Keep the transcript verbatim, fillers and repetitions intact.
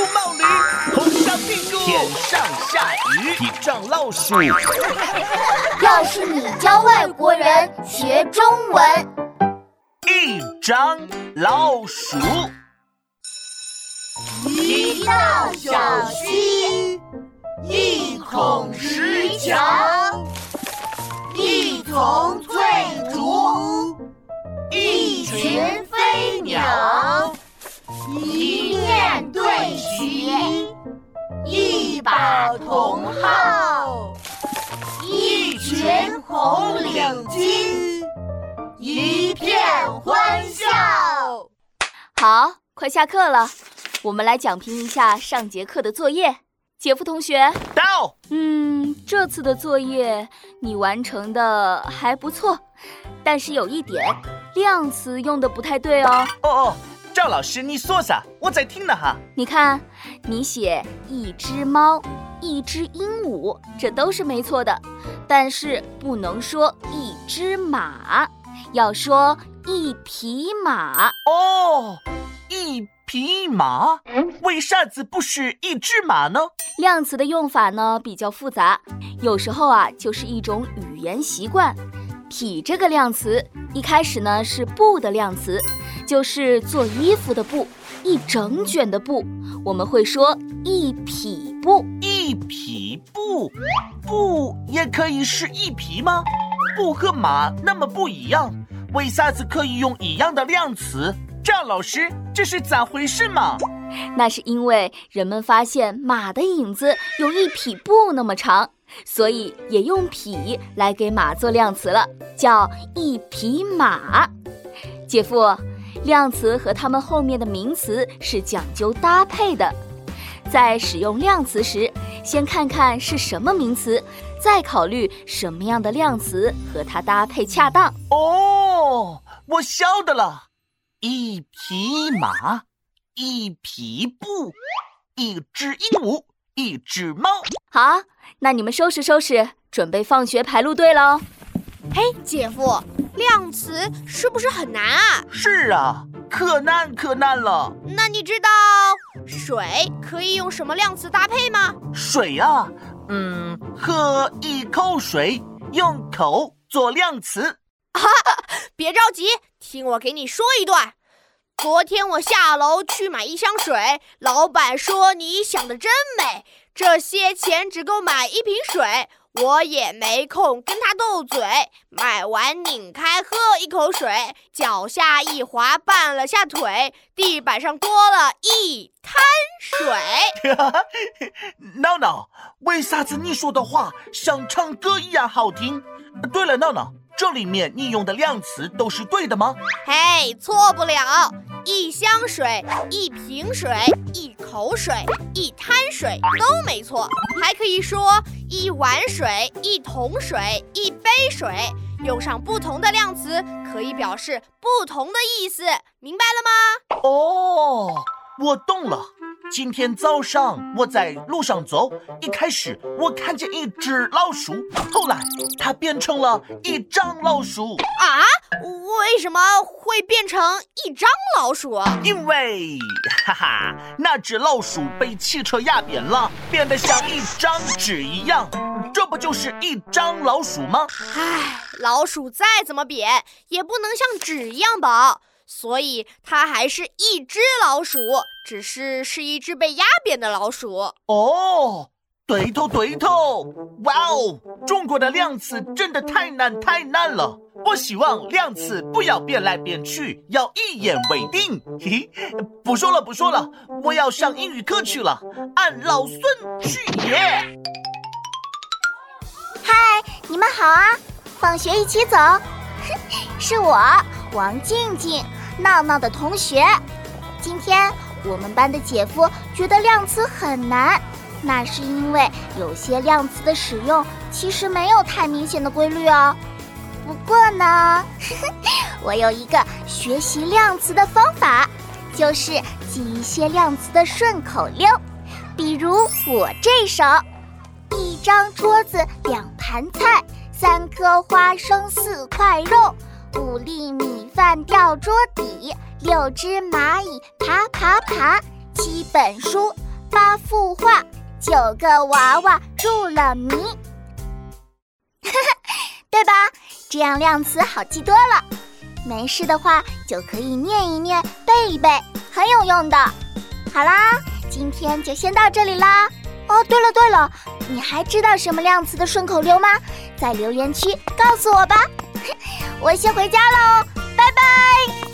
冒驴，红烧屁股，天上下雨，一丈老鼠。 要是你教外国人学中文， 一张老鼠， 一道小溪，一孔石墙，一丛翠竹，一群飞鸟，一面对齐，一把铜号，一群红领巾，一片欢笑。 好，快下课了，我们来讲评一下上节课的作业。杰夫同学， 到。 嗯，这次的作业你完成的还不错，但是有一点，量词用的不太对哦。 哦哦，赵老师你说啥？我在听呢哈。 你看，你写一只猫，一只鹦鹉，这都是没错的，但是不能说一只马，要说一匹马。 哦，一匹马，为啥子不是一只马呢？ 量词的用法呢比较复杂，有时候啊就是一种语言习惯。匹这个量词一开始呢是布的量词，就是做衣服的布，一整卷的布，我们会说一匹布。 一匹布，布也可以是一匹吗？布和马那么不一样，为啥子可以用一样的量词？赵老师，这是咋回事嘛？ 那是因为人们发现马的影子有一匹布那么长，所以也用匹来给马做量词了，叫一匹马。姐夫，量词和它们后面的名词是讲究搭配的，在使用量词时，先看看是什么名词，再考虑什么样的量词和它搭配恰当。 哦，我晓得了，一匹马，一匹布，一只鹦鹉，一只猫。 好，那你们收拾收拾，准备放学排路队喽。 嘿，姐夫，量词是不是很难啊？ 是啊，可难可难了。 那你知道水可以用什么量词搭配吗？ 水啊，嗯，喝一口水，用口做量词。 别着急，听我给你说一段。昨天我下楼去买一箱水，老板说你想得真美，这些钱只够买一瓶水，我也没空跟他斗嘴，买完拧开喝一口水，脚下一滑绊了下腿，地板上多了一滩水。 闹闹，为啥子你说的话像唱歌一样好听？对了，闹闹，这里面你用的量词都是对的吗？ 嘿，错不了，一箱水，一瓶水，一口水，一滩水都没错，还可以说一碗水，一桶水，一杯水，用上不同的量词可以表示不同的意思，明白了吗？ 哦，我懂了。今天早上我在路上走，一开始我看见一只老鼠，后来它变成了一张老鼠。 啊？为什么会变成一张老鼠？ 因为，哈哈，那只老鼠被汽车压扁了，变得像一张纸一样，这不就是一张老鼠吗？ 唉，老鼠再怎么扁，也不能像纸一样薄。所以它还是一只老鼠，只是是一只被压扁的老鼠。 哦，对头对头，哇哦，中国的量词真的太难太难了。我希望量词不要变来变去，要一言为定。嘿嘿，不说了不说了，我要上英语课去了，按老孙去也。 嗨，你们好啊，放学一起走。是我，王静静，闹闹的同学。今天我们班的姐夫觉得量词很难，那是因为有些量词的使用其实没有太明显的规律哦。不过呢，我有一个学习量词的方法，就是记一些量词的顺口溜，比如我这首：一张桌子两盘菜，三颗花生四块肉，五粒米饭掉桌底，六只蚂蚁爬爬爬，七本书八幅画，九个娃娃入了迷。对吧？这样量词好记多了。没事的话就可以念一念，背一背，很有用的。好啦，今天就先到这里啦。哦，对了对了，你还知道什么量词的顺口溜吗？在留言区告诉我吧。我先回家喽，拜拜。